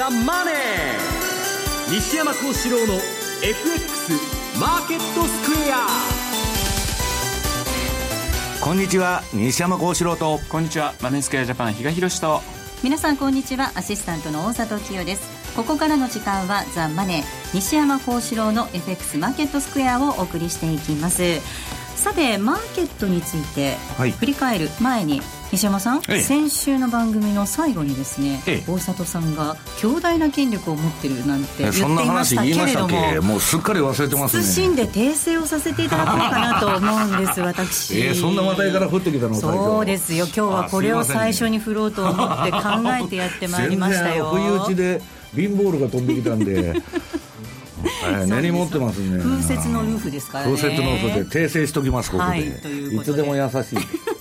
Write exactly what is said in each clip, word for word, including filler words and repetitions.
ザ・マネー、西山幸四郎の エフエックス マーケットスクエア。 こんにちは、西山幸四郎と。 こんにちは、マネースクエアジャパン比嘉宏と。 皆さんこんにちは、アシスタントの大里清です。ここからの時間はザ・マネー、西山幸四郎の エフエックス マーケットスクエアをお送りしていきます。さて、マーケットについて振り返る前に、はい、西山さん、ええ、先週の番組の最後にですね、ええ、大里さんが強大な権力を持ってるなんて言っていましたけれども、そんな話言いましたっけ？もうすっかり忘れてますね。謹んで訂正をさせていただこうかなと思うんです私。 えー、そんな話題から降ってきたの？ そうですよ、今日はこれを最初に振ろうと思って考えてやってまいりましたよ。 全然不意打ちでビンボールが飛んできたんで根に持ってますね。 風雪のルーフですからね。 風雪のルーフで訂正しときます、ここで、はい、ということでいつでも優しい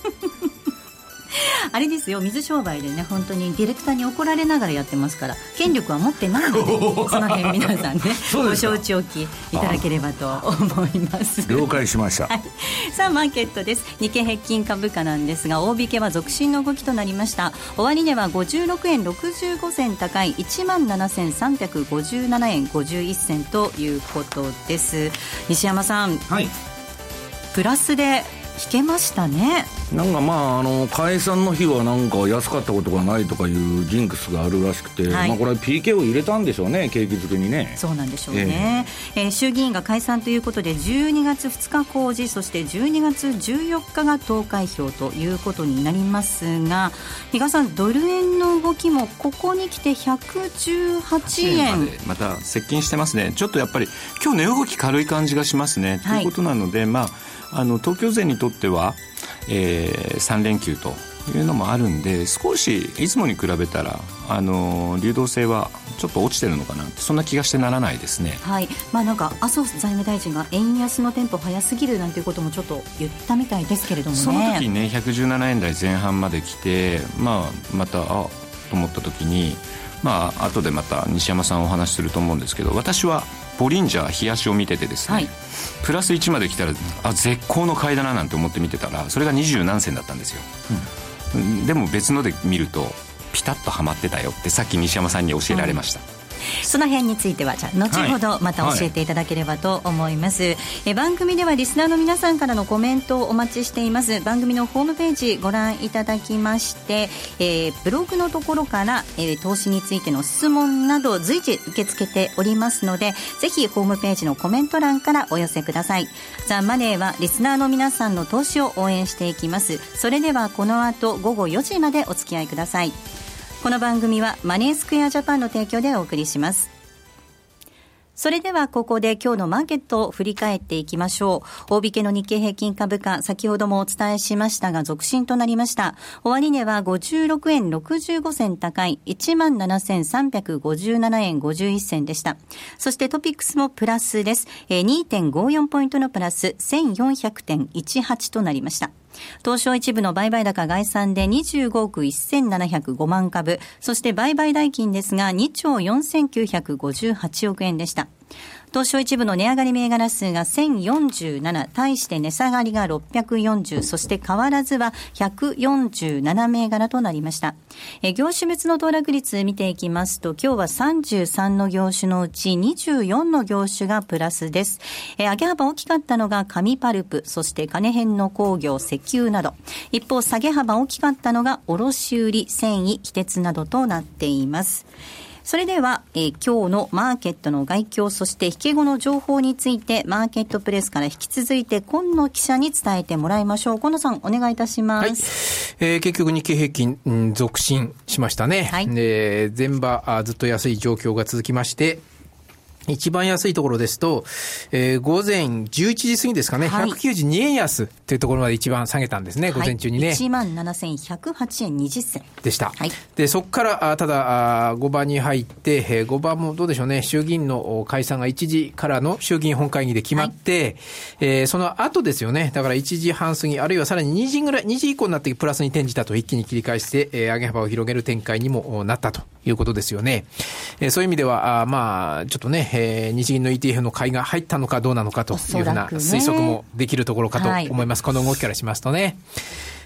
あれですよ、水商売でね、本当にディレクターに怒られながらやってますから、権力は持ってないのでその辺皆さんねご承知おきいただければと思います。 了解しました、はい、 さあマーケットです。日経平均株価なんですが、大引けは続伸の動きとなりました。終値はごじゅうろくえんろくじゅうごせん高い いちまんななせんさんびゃくごじゅうななえんごじゅういっせんということです。西山さん、はい、プラスで引けましたね。 なんかまあ、あの解散の日はなんか安かったことがないとかいうジンクスがあるらしくて、はい、まあ、これは ピーケー を入れたんでしょうね、景気づけにね。 そうなんでしょうね、えーえー、衆議院が解散ということでじゅうにがつふつか公示、そしてじゅうにがつじゅうよっかが投開票ということになりますが、比嘉さん、ドル円の動きもここに来てひゃくじゅうはちえんまでまた接近してますね。ちょっとやっぱり今日値動き軽い感じがしますね、はい、ということなので、まああの東京勢にとっては、えー、さんれんきゅうというのもあるんで、少しいつもに比べたらあの流動性はちょっと落ちてるのかなって、そんな気がしてならないですね。 はい、まあ、なんか麻生財務大臣が円安のテンポ早すぎるなんていうこともちょっと言ったみたいですけれどもね。 その時ね、ひゃくじゅうななえん台前半まで来て、まあ、またあと思った時に、まあ後でまた西山さんお話しすると思うんですけど、私はボリンジャー冷やしを見ててですね、はい、プラスいちまで来たらあ絶好の買いだななんて思って見てたら、それがにじゅうなんせんだったんですよ、うん、でも別ので見るとピタッとはまってたよってさっき西山さんに教えられました、うん、 その辺についてはじゃあ後ほどまた教えていただければと思います、はいはい、え番組ではリスナーの皆さんからのコメントをお待ちしています。番組のホームページご覧いただきまして、えー、ブログのところから、えー、投資についての質問など随時受け付けておりますので、ぜひホームページのコメント欄からお寄せください。ザ・マネーはリスナーの皆さんの投資を応援していきます。それではこの後ごごよじまでお付き合いください。この番組はマネースクエアジャパンの提供でお送りします。それではここで今日のマーケットを振り返っていきましょう。大引けの日経平均株価、先ほどもお伝えしましたが続伸となりました。終値はごじゅうろくえんろくじゅうごせん高い いちまんななせんさんびゃくごじゅうななえんごじゅういっせんでした。そしてトピックスもプラスです。 にてんごよん ポイントのプラス せんよんひゃくてんいちはち となりました。東証一部の売買高概算でにじゅうごおくせんななひゃくごまんかぶ、そして売買代金ですがにちょうよんせんきゅうひゃくごじゅうはちおくえんでした。東証一部の値上がり銘柄数がせんよんじゅうなな、対して値下がりがろっぴゃくよんじゅう、そして変わらずはひゃくよんじゅうなな銘柄となりました。え業種別の騰落率見ていきますと、今日はさんじゅうさんの業種のうちにじゅうよんの業種がプラスです。え上げ幅大きかったのが紙パルプ、そして金編の工業、石油など。一方下げ幅大きかったのが卸売、繊維、非鉄などとなっています。それでは、えー、今日のマーケットの概況、そして引け後の情報についてマーケットプレスから引き続いて今野記者に伝えてもらいましょう。今野さんお願いいたします。はい、 えー、結局日経平均、うん、続伸しましたね。はい、で前場あずっと安い状況が続きまして、一番安いところですと、えー、午前じゅういちじ過ぎですかね、はい、ひゃくきゅうじゅうにえん安というところまで一番下げたんですね、はい、午前中にね。 いちまんななせんひゃくはちえんにじゅっせんでした。はい、で、そこから、あただあ、ごばに入って、えー、ごばもどうでしょうね、衆議院の解散がいちじからの衆議院本会議で決まって、はい、えー、その後ですよね、だからいちじはん過ぎ、あるいはさらににじぐらい、にじ以降になってプラスに転じたと一気に切り返して、えー、上げ幅を広げる展開にもなったということですよね。えー、そういう意味では、あまあ、ちょっとね、えー、日銀の イーティーエフ の買いが入ったのかどうなのかというふうな推測もできるところかと思います、はい、この動きからしますとね。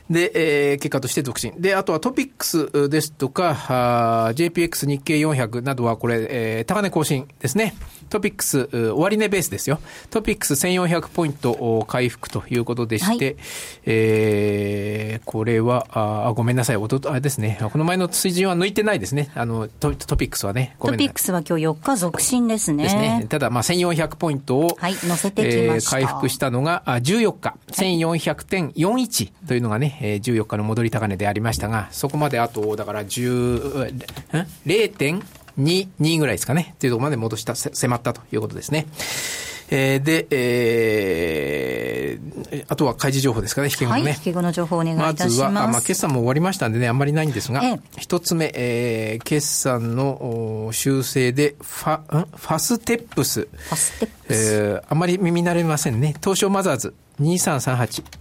で、えー、結果として続伸。で、あとはトピックスですとか、ジェイピーエックス 日経よんひゃくなどはこれ、えー、高値更新ですね。トピックス、終値ベースですよ。トピックスせんよんひゃくポイント回復ということでして、はい、えー、これは、あ、ごめんなさい。おとと、あれですね。この前の水準は抜いてないですね。あの、ト, トピックスはね。 ごめんなさい。トピックスは今日よっか続伸ですね。ですね。 ただ、まあ、せんよんひゃくポイントを、 はい、乗せてきました。 えー、回復したのが、あじゅうよっか、せんよんひゃくてんよんじゅういちというのがね、えー、じゅうよっかの戻り高値でありましたが、そこまであと、だからじゅう、れいてんにに ぐらいですかね。というところまで戻した、迫ったということですね。えー、で、えー、あとは開示情報ですかね、引け後のね。 はい、引け後の情報をお願いいたします。 まずは、あ、まあ、決算も終わりましたんでね、あんまりないんですが、ええ、一つ目、えー、決算の修正で、ファ、んファステップス。ファステップス。 えー、あんまり耳慣れませんね。東証マザーズにさんさんはち。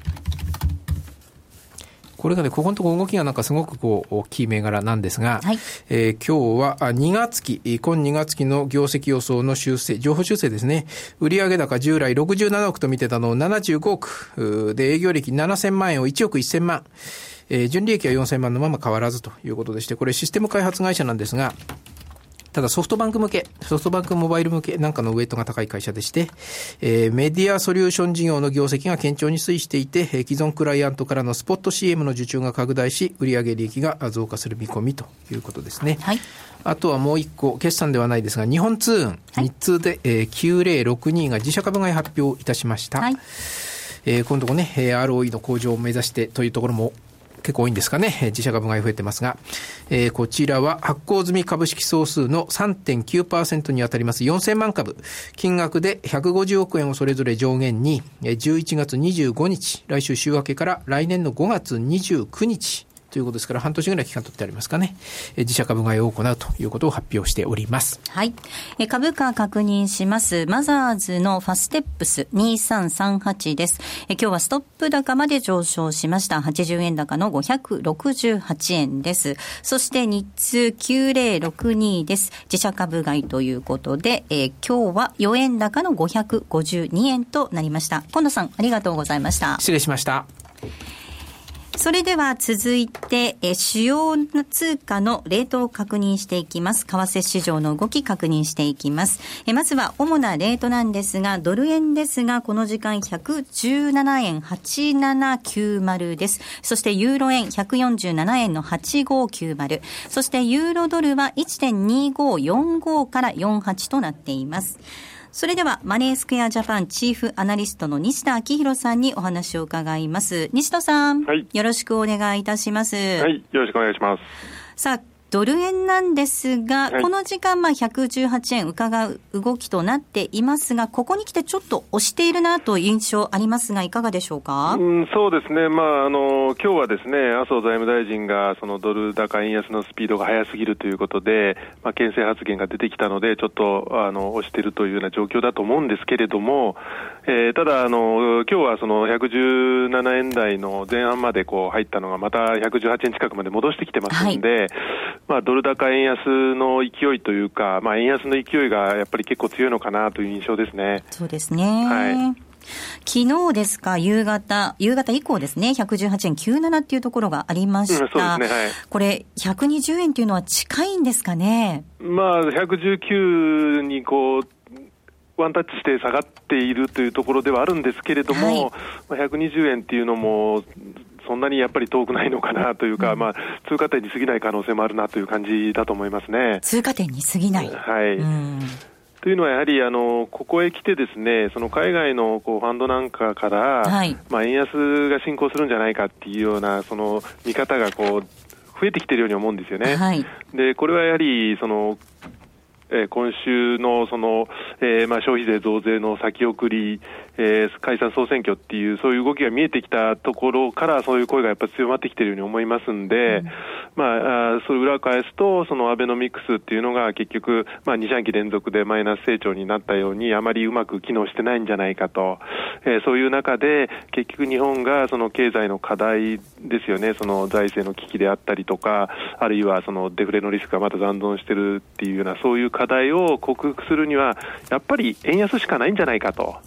これがね、ここのところ動きがなんかすごくこう大きい銘柄なんですが、はい、えー、今日はにがつき、今にがつきの業績予想の修正、情報修正ですね。売上高従来ろくじゅうななおくと見てたのをななじゅうごおくで、営業利益ななせんまんえんをいちおくせんまん、えー、純利益はよんせんまんのまま変わらずということでして、これシステム開発会社なんですが、ただソフトバンク向け、ソフトバンクモバイル向けなんかのウェイトが高い会社でして、えー、メディアソリューション事業の業績が堅調に推移していて、既存クライアントからのスポット シーエム の受注が拡大し、売上利益が増加する見込みということですね。はい、あとはもう一個、決算ではないですが、日本通運、はい、日通で、えー、きゅうぜろろくにが自社株買い発表いたしました。はい、えー、今度もね、アールオーイー の向上を目指してというところも結構多いんですかね。自社株買い増えてますが、えー、こちらは発行済み株式総数の さんてんきゅうパーセント に当たりますよんせんまんかぶ、金額でひゃくごじゅうおくえんをそれぞれ上限に、じゅういちがつにじゅうごにち、来週週明けから来年のごがつにじゅうくにちということですから、半年ぐらい期間取ってありますかね。え自社株買いを行うということを発表しております。 はい。え株価確認します。マザーズのファステップスにさんさんはちです。え今日はストップ高まで上昇しました。はちじゅうえん高のごひゃくろくじゅうはちえんです。そして日通きゅうぜろろくにです。自社株買いということで、えー、今日はよえん高のごひゃくごじゅうにえんとなりました。今野さん、ありがとうございました。 失礼しました。 それでは続いてえ主要な通貨のレートを確認していきます。為替市場の動き確認していきます。えまずは主なレートなんですが、ドル円ですがこの時間ひゃくじゅうななえんはちななきゅうまるです。そしてユーロ円ひゃくよんじゅうななえんのはちごきゅうまる、そしてユーロドルは いちてんにごよんご からよんはちとなっています。それではマネースクエアジャパンチーフアナリストの西田明宏さんにお話を伺います。西田さん、はい、よろしくお願いいたします。 はい、よろしくお願いします。 さあ、ドル円なんですが、はい、この時間まあひゃくじゅうはちえん伺う動きとなっていますが、ここに来てちょっと押しているなという印象ありますが、いかがでしょうか。 うん、そうですね、まあ、あの今日はですね、麻生財務大臣がそのドル高円安のスピードが速すぎるということで、まあ、牽制発言が出てきたので、ちょっとあの押しているというような状況だと思うんですけれども、えー、ただあの今日はそのひゃくじゅうななえん台の前半までこう入ったのがまたひゃくじゅうはちえん近くまで戻してきてますので、はい、まあ、ドル高円安の勢いというか、まあ、円安の勢いがやっぱり結構強いのかなという印象ですね。 そうですね、はい、昨日ですか、夕方夕方以降ですね、ひゃくじゅうはちえんきゅうじゅうななっていうところがありました、うん、そうですね、はい、これひゃくにじゅうえんっていうのは近いんですかね。 まあ、ひゃくじゅうきゅうにこうワンタッチして下がっているというところではあるんですけれども、はい、まあ、ひゃくにじゅうえんっていうのもそんなにやっぱり遠くないのかなというか、うん、まあ、通過点に過ぎない可能性もあるなという感じだと思いますね。 通過点に過ぎない、 はい、うん、というのはやはりあのここへ来てですね、その海外のこうファンドなんかから、はい、まあ、円安が進行するんじゃないかっていうようなその見方がこう増えてきているように思うんですよね。はい、でこれはやはりそのえー、今週のその、えーまあ、消費税増税の先送り、えー、解散総選挙っていうそういう動きが見えてきたところからそういう声がやっぱり強まってきているように思いますんで、うん、まあ、あそれを裏を返すとそのアベノミクスっていうのが結局、まあ、に四半期連続でマイナス成長になったようにあまりうまく機能してないんじゃないかと、えー、そういう中で結局日本がその経済の課題ですよね、その財政の危機であったりとか、あるいはそのデフレのリスクがまた残存してるっていうようなそういう課題を克服するにはやっぱり円安しかないんじゃないかと、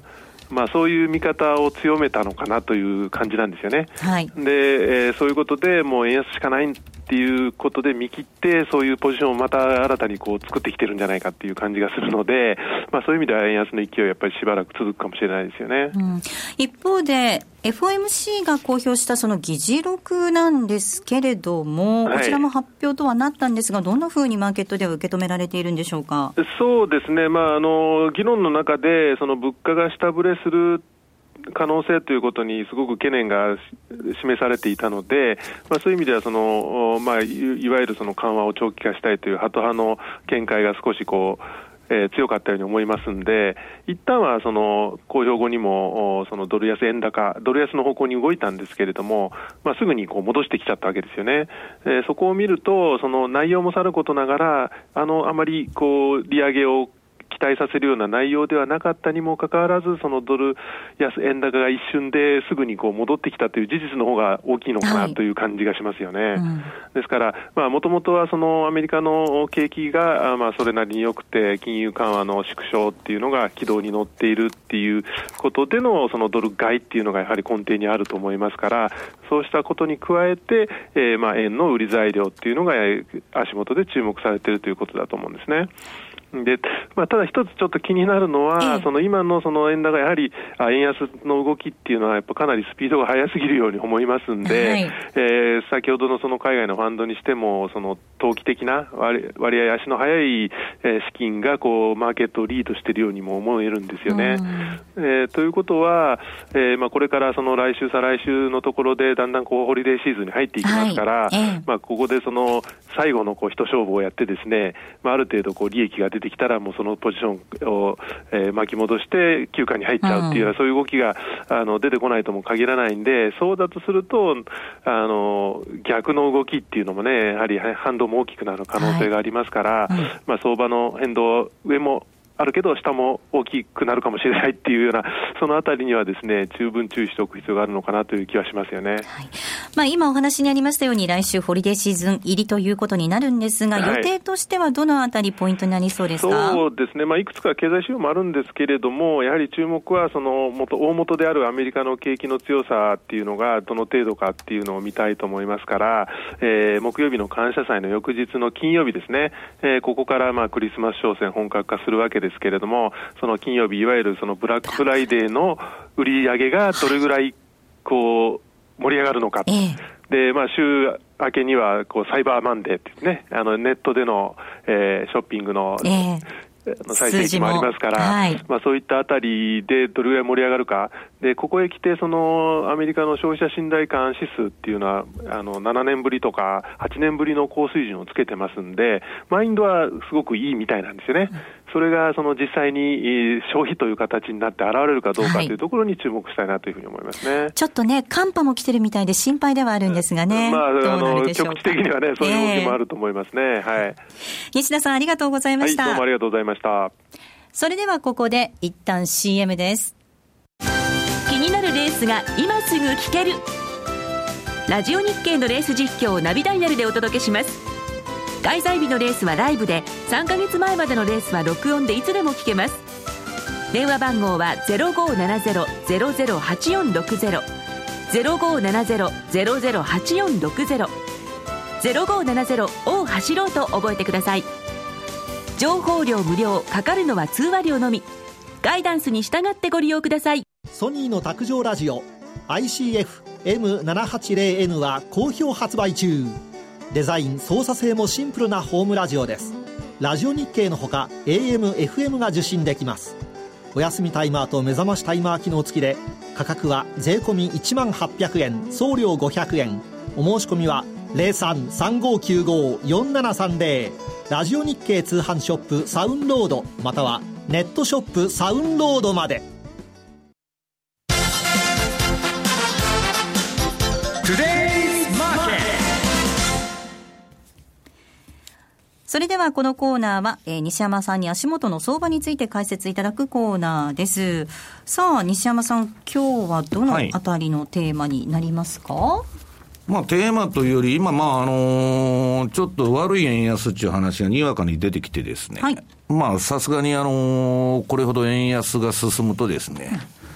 まあ、そういう見方を強めたのかなという感じなんですよね。 はい、 で、えー、そういうことでもう円安しかないっていうことで見切って、そういうポジションをまた新たにこう作ってきてるんじゃないかっていう感じがするので、まあ、そういう意味では円安の勢いはやっぱりしばらく続くかもしれないですよね。 うん、一方で エフオーエムシー が公表したその議事録なんですけれども、はい、こちらも発表とはなったんですが、どんなふうにマーケットでは受け止められているんでしょうか。 そうですね、まあ、あの議論の中でその物価が下振れする可能性ということにすごく懸念が示されていたので、まあ、そういう意味ではその、まあ、いわゆるその緩和を長期化したいというハト派の見解が少しこうえー、強かったように思いますんで、一旦はその公表後にもそのドル安円高、ドル安の方向に動いたんですけれども、まあ、すぐにこう戻してきちゃったわけですよね。えー、そこを見ると、その内容もさることながら、あのあまりこう利上げを期待させるような内容ではなかったにもかかわらず、そのドル安円高が一瞬ですぐにこう戻ってきたという事実の方が大きいのかなという感じがしますよね。はい、うん、ですからもともとはそのアメリカの景気がまあそれなりに良くて、金融緩和の縮小っていうのが軌道に乗っているっていうことでのそのドル買いっていうのがやはり根底にあると思いますから、そうしたことに加えて、えー、まあ円の売り材料っていうのが足元で注目されているということだと思うんですね。でまあ、ただ一つちょっと気になるのは、ええ、その今のその円高やはり円安の動きっていうのはやっぱかなりスピードが速すぎるように思いますんで、はい、えー、先ほどのその海外のファンドにしてもその投機的な割合足の速い資金がこうマーケットをリードしているようにも思えるんですよね。えー、ということは、えーまあ、これからその来週再来週のところでだんだんこうホリデーシーズンに入っていきますから、はい、ええ、まあ、ここでその最後のこう一勝負をやってですね、まあ、ある程度こう利益が出てできたらもうそのポジションを、えー、巻き戻して休暇に入っちゃうっていうような、うん、そういう動きがあの出てこないとも限らないんで、そうだとするとあの逆の動きっていうのもね、やはり反動も大きくなる可能性がありますから、はい、うん、まあ、相場の変動上もあるけど下も大きくなるかもしれないっていうような、そのあたりにはですね十分注意しておく必要があるのかなという気はしますよね。はい、 まあ、今お話にありましたように来週ホリデーシーズン入りということになるんですが、はい、予定としてはどのあたりポイントになりそうですか。 そうですね、まあ、いくつか経済指標もあるんですけれども、やはり注目はその元大元であるアメリカの景気の強さっていうのがどの程度かっていうのを見たいと思いますから、えー、木曜日の感謝祭の翌日の金曜日ですね、えー、ここからまあクリスマス商戦本格化するわけですけれども、その金曜日いわゆるそのブラックフライデーの売り上げがどれぐらいこう盛り上がるのか、ええ、でまあ、週明けにはこうサイバーマンデーっていうね、あのネットでの、えー、ショッピングの、ええ、の最盛期もありますから、はい、まあ、そういったあたりでどれぐらい盛り上がるかで、ここへ来てそのアメリカの消費者信頼感指数っていうのはあのななねんぶりとかはちねんぶりの高水準をつけてますんで、マインドはすごくいいみたいなんですよね。うん、それがその実際に消費という形になって現れるかどうかというところに注目したいなというふうに思いますね。はい、 ちょっとね寒波も来てるみたいで心配ではあるんですがね、まあ、どうなるでしょうか。 局地的にはねそういう動きもあると思いますね。えー、はい、 西田さんありがとうございました。 はい、どうもありがとうございました。 それではここで一旦 シーエム です。 気になるレースが今すぐ聞けるラジオ日経のレース実況をナビダイヤルでお届けします。開催日のレースはライブで、さんかげつまえまでのレースは録音でいつでも聞けます。電話番号は ゼロごーななゼロ ゼロゼロはちよんろくゼロ ゼロごーななゼロ ゼロゼロはちよんろくゼロ ゼロごーななゼロを走ろうと覚えてください。情報料無料、かかるのは通話料のみ。ガイダンスに従ってご利用ください。 ソニーの卓上ラジオ アイシーエフエムななはちゼロエヌ は好評発売中。デザイン操作性もシンプルなホームラジオです。ラジオ日経のほか エーエム、エフエム が受信できます。お休みタイマーと目覚ましタイマー機能付きで、価格は税込みいちまんはっぴゃくえん、送料ごひゃくえん。お申し込みは ゼロさん さんごきゅうご よんななさんゼロ ラジオ日経通販ショップサウンロード、またはネットショップサウンロードまで。 それではこのコーナーは、えー、西山さんに足元の相場について解説いただくコーナーです。さあ西山さん、今日はどのあたりのテーマになりますか？はい、 まあ、テーマというより今、まああのー、ちょっと悪い円安っていう話がにわかに出てきてですね、はい、まあさすがに、あのー、これほど円安が進むとですね、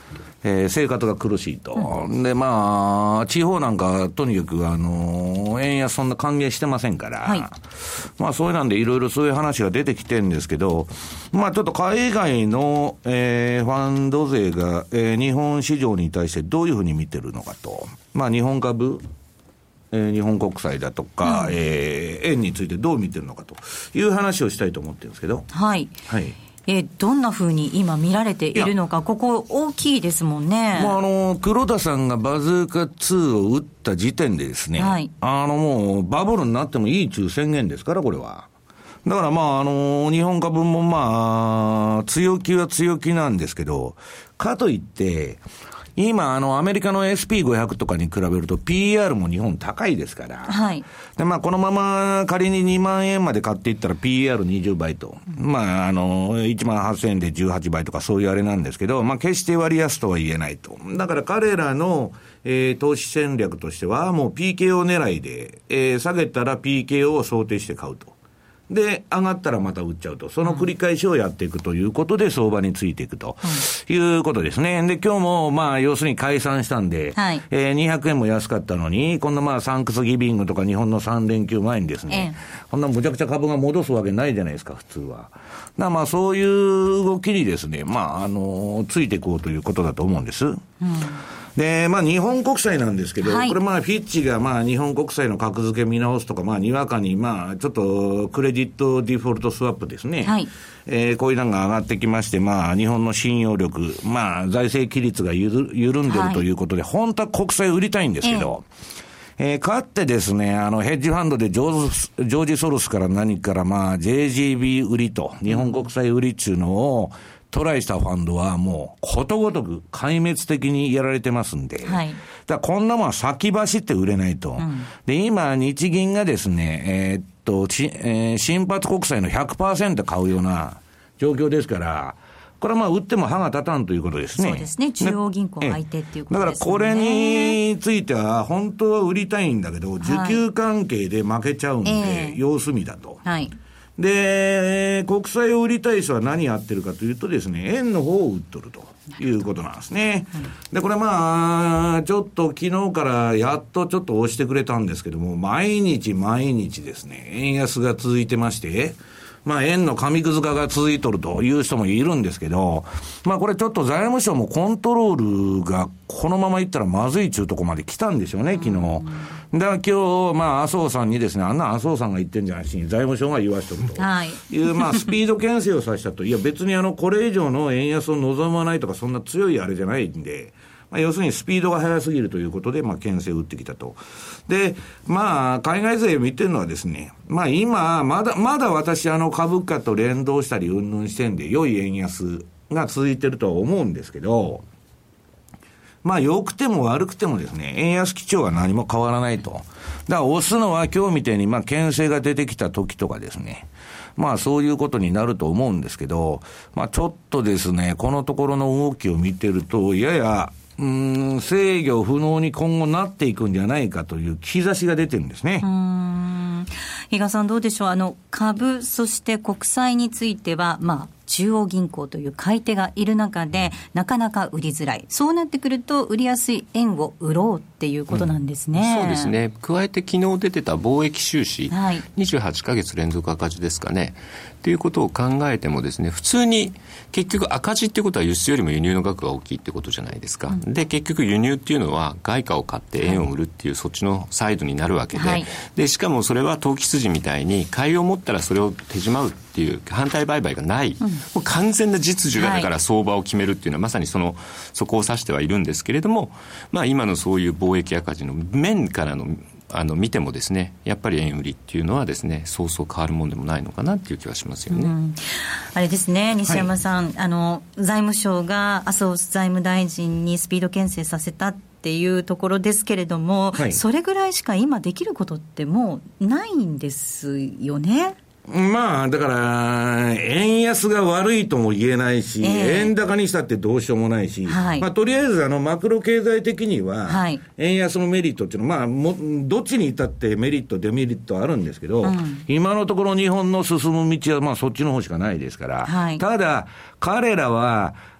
えー、生活が苦しいと、うん、でまあ地方なんかとにかくあの円安そんな歓迎してませんから、はい、まあそういうなんでいろいろそういう話が出てきてるんですけど、まあちょっと海外の、えー、ファンド勢が、えー、日本市場に対してどういうふうに見てるのかと、まあ日本株、えー、日本国債だとか、うん、えー、円についてどう見てるのかという話をしたいと思ってるんですけど、 はい、はい、えー、どんなふうに今見られているのか、ここ大きいですもんね。 まあ、あの黒田さんがバズーカツーを打った時点でですね、はい、あのもうバブルになってもいいという宣言ですからこれは。だからまああの日本株もまあ強気は強気なんですけど、かといって今あのアメリカの エスピーごひゃく とかに比べると ピーアール も日本高いですから、はい、でまあこのまま仮ににまんえんまで買っていったら ピーアールにじゅう 倍と、うん、まああのいちまんはっせんえんでじゅうはちばいとかそういうあれなんですけど、まあ決して割安とは言えないと。だから彼らの、えー、投資戦略としてはもう ピーケーオー 狙いで、えー、下げたら ピーケーオー を想定して買うと。で上がったらまた売っちゃうと、その繰り返しをやっていくということで相場についていくということですね。で今日もまあ要するに解散したんで、はい、えー、にひゃくえんも安かったのに今度まあサンクスギビングとか日本のさんれんきゅう前にですね、ええ、こんなむちゃくちゃ株が戻すわけないじゃないですか普通は。だからまあそういう動きにですね、まああのついていこうということだと思うんです、うん。で、まあ日本国債なんですけど、はい、これまあフィッチがまあ日本国債の格付け見直すとか、まあにわかにまあちょっとクレジットディフォルトスワップですね。はい、えー、こういうのが上がってきまして、まあ日本の信用力、まあ財政規律がゆる緩んでるということで、はい、本当は国債売りたいんですけど、えーえー、かってですね、あのヘッジファンドでジョージ、ジョージソロスから何からまあ ジェージービー 売りと日本国債売りっていうのをトライしたファンドはもうことごとく壊滅的にやられてますんで、はい、だからこんなもん先走って売れないと、うん、で今日銀がですね、えー、っとち、えー、新発国債の ひゃくパーセント 買うような状況ですから、これはまあ売っても歯が立たんということですね。 そうですね、中央銀行相手っていうことですね。 だからこれについては本当は売りたいんだけど、はい、需給関係で負けちゃうんで、えー、様子見だと。はい、で、国債を売りたい人は何やってるかというとですね、円の方を売っとるということなんですね。で、これまあ、ちょっと昨日からやっとちょっと押してくれたんですけども、毎日毎日ですね、円安が続いてまして、まあ円の紙くず化が続いとるという人もいるんですけど、まあこれちょっと財務省もコントロールがこのままいったらまずいちゅうとこまで来たんでしょうね、昨日。だから今日、まあ麻生さんにですね、あんな麻生さんが言ってんじゃないし、財務省が言わしとるという、はい、まあスピード牽制をさせたと。いや別にあの、これ以上の円安を望まないとかそんな強いあれじゃないんで、まあ、要するにスピードが速すぎるということで、まあ、牽制を打ってきたと。で、まあ、海外勢を見てるのはですね、まあ、今、まだ、まだ私、あの、株価と連動したり、うんぬんしてんで、良い円安が続いてるとは思うんですけど、まあ、良くても悪くてもですね、円安基調は何も変わらないと。だから、押すのは今日みたいに、まあ、牽制が出てきた時とかですね、まあそういうことになると思うんですけど、まあちょっとですね、このところの動きを見てると、やや、うーん、制御不能に今後なっていくんじゃないかという兆しが出てるんですね。 うーん、比嘉さんどうでしょう。あの株そして国債については、まあ中央銀行という買い手がいる中でなかなか売りづらい。そうなってくると売りやすい円を売ろうっていうことなんですね。 うん、そうですね。加えて昨日出てた貿易収支、はい、にじゅうはちかげつ連続赤字ですかね。ということを考えてもですね、普通に結局赤字ってことは輸出よりも輸入の額が大きいってことじゃないですか。うん、で結局輸入っていうのは外貨を買って円を売るっていう、はい、そっちのサイドになるわけで、はい、でしかもそれは投機筋みたいに買いを持ったらそれを手締まうっていう反対売買がない、うん、もう完全な実需がだから相場を決めるっていうのは、はい、まさにそのそこを指してはいるんですけれども、まあ、今のそういう貿易赤字の面からのあの見てもですね、やっぱり円売りっていうのはですね、そうそう変わるもんでもないのかなっていう気はしますよね。うん、 あれですね、西山さん、はい、あの財務省が麻生財務大臣にスピード牽制させたっていうところですけれども、はい、それぐらいしか今できることってもうないんですよね。 まあだから円安が悪いとも言えないし、えー、円高にしたってどうしようもないし、はい、まあとりあえずあのマクロ経済的には円安のメリットっていうのは、まあもどっちに至ってメリットデメリットあるんですけど、うん、今のところ日本の進む道はまあそっちの方しかないですから、はい、ただ彼らは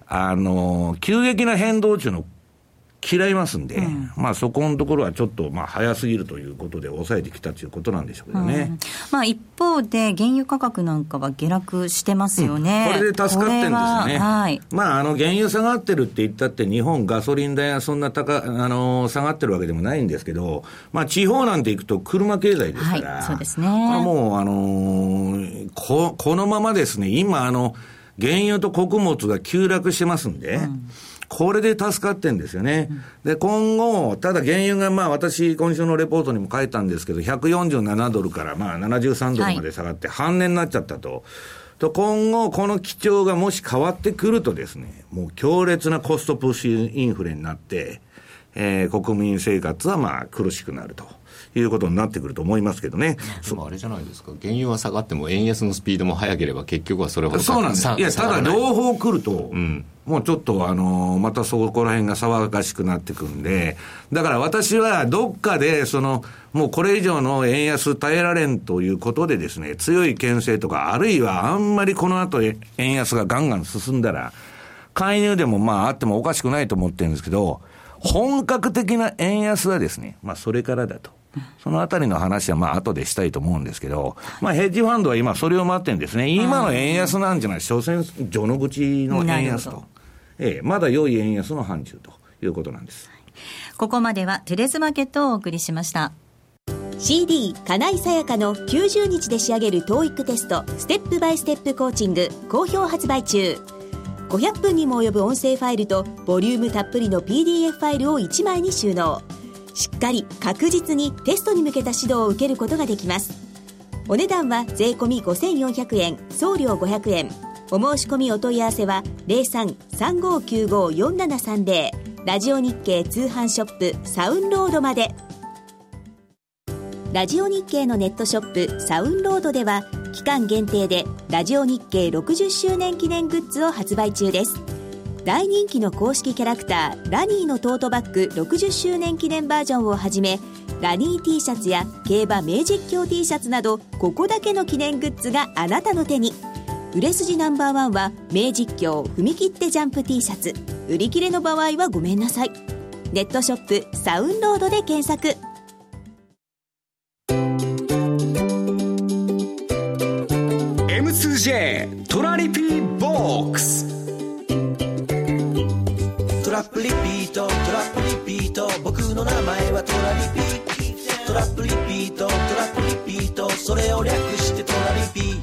あの、急激な変動中の嫌いますんで、うん、まあそこのところはちょっとまあ早すぎるということで抑えてきたということなんでしょうけどね、うん、まあ、 一方で原油価格なんかは下落してますよね、 うん、これで助かってるんですね、はい、まあ、あの原油下がってるって言ったって日本ガソリン代がそんな高、あの下がってるわけでもないんですけど、まあ、地方なんて行くと車経済ですから、 はい、そうですね、 まあ、もう、あのー、こ, このままですね今あの原油と穀物が急落してますんで、うん、これで助かってんですよね、うん、で今後ただ原油がまあ私今週のレポートにも書いたんですけどひゃくよんじゅうななドルからまあななじゅうさんドルまで下がって半値になっちゃったと、はい、と今後この基調がもし変わってくるとですねもう強烈なコストプッシュインフレになって、えー、国民生活はまあ苦しくなるということになってくると思いますけどね。 でもあれじゃないですか、原油は下がっても円安のスピードも速ければ結局はそれほどそうなんです。いやただ両方来ると、うん、もうちょっとあのまたそこら辺が騒がしくなってくるんで、だから私はどっかでそのもうこれ以上の円安耐えられんということでですね強い牽制とかあるいはあんまりこの後円安がガンガン進んだら介入でもまああってもおかしくないと思ってるんですけど、本格的な円安はですねまあそれからだと。そのあたりの話はまあ後でしたいと思うんですけど、まあヘッジファンドは今それを待ってるんですね。今の円安なんじゃない、所詮序の口の円安と、ええ、まだ良い円安の範疇ということなんです。 ここまではトゥデズマーケットをお送りしました。 シーディー 金井さやかのきゅうじゅうにちで仕上げる トーイック テストステップバイステップコーチング好評発売中。ごひゃっぷんにも及ぶ音声ファイルとボリュームたっぷりの ピーディーエフ ファイルをいちまいに収納。しっかり確実にテストに向けた指導を受けることができます。お値段は税込みごせんよんひゃくえん、送料ごひゃくえん。お申し込みお問い合わせは ゼロさん さんごきゅうご よんななさんゼロ ラジオ日経通販ショップサウンロードまで。ラジオ日経のネットショップサウンロードでは期間限定でラジオ日経ろくじゅっしゅうねん記念グッズを発売中です。大人気の公式キャラクターラニーのトートバッグろくじゅっしゅうねん記念バージョンをはじめ、ラニー T シャツや競馬名実況 T シャツなどここだけの記念グッズがあなたの手に。売れ筋ナンバーワンは名実況踏み切ってジャンプ T シャツ。売り切れの場合はごめんなさい。ネットショップサウンロードで検索。 エムツージェー トラリピーボックス。 トラップリピートトラップリピート、僕の名前はトラリピ。トラップリピートトラップリピート、それを略してトラリピ。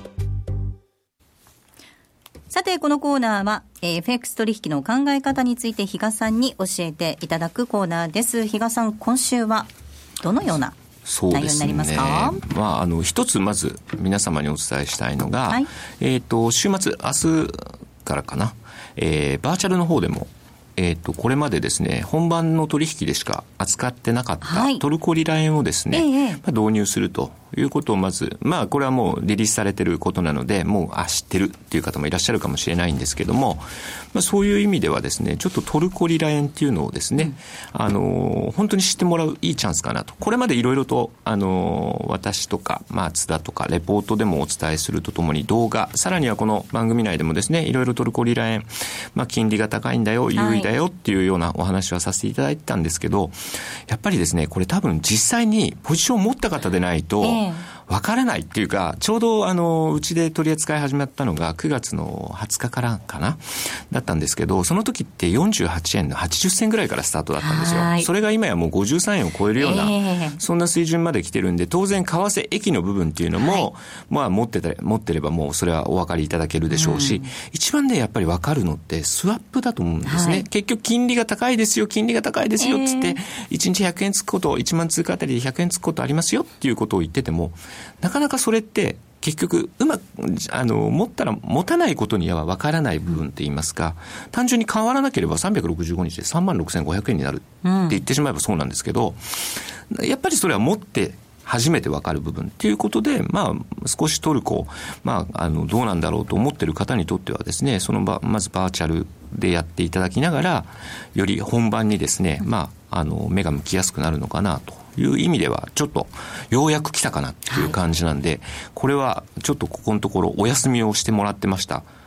さてこのコーナーは エフエックス 取引の考え方について比嘉さんに教えていただくコーナーです。比嘉さん、今週はどのような内容になりますか？ そうですね、まあ、あの一つまず皆様にお伝えしたいのが、はい、えーと、週末明日からかな、えー、バーチャルの方でもえー、とこれまでですね本番の取引でしか扱ってなかったトルコリラ円をですね、はいええまあ、導入するということをまず、まあこれはもうリリースされていることなのでもうあ知ってるっていう方もいらっしゃるかもしれないんですけども、まあ、そういう意味ではですねちょっとトルコリラ円っていうのをですね、うん、あの本当に知ってもらういいチャンスかなと。これまでいろいろとあの私とか、まあ、津田とかレポートでもお伝えするとともに動画、さらにはこの番組内でもですねいろいろトルコリラ円、まあ、金利が高いんだよ優位だよっていうようなお話はさせていただいてたんですけど、やっぱりですねこれ多分実際にポジションを持った方でないと、えー分からないっていうか、ちょうどあのうちで取り扱い始まったのがくがつのはつかからかなだったんですけど、その時ってよんじゅうはちえんのはちじゅっせんぐらいからスタートだったんですよ。それが今やもうごじゅうさんえんを超えるような、えー、そんな水準まで来てるんで、当然為替益の部分っていうのも、はい、まあ持ってた持ってればもうそれはお分かりいただけるでしょうし、うん、一番ねやっぱり分かるのってスワップだと思うんですね、はい、結局金利が高いですよ金利が高いですよっつって、えー、いちにちひゃくえんつくこといちまん通貨あたりでひゃくえんつくことありますよっていうことを言ってても、なかなかそれって結局うまくあの持ったら持たないことには分からない部分って言いますか、うん、単純に変わらなければさんびゃくろくじゅうごにちでさんまんろくせんごひゃくえんになるって言ってしまえばそうなんですけど、うん、やっぱりそれは持って初めて分かる部分っていうことで、まあ少しトルコ、まああのどうなんだろうと思っている方にとってはですね、その場まずバーチャルでやっていただきながら、より本番にですね、まああの目が向きやすくなるのかなという意味ではちょっとようやく来たかなっていう感じなんで、はい、これはちょっとここのところお休みをしてもらってました。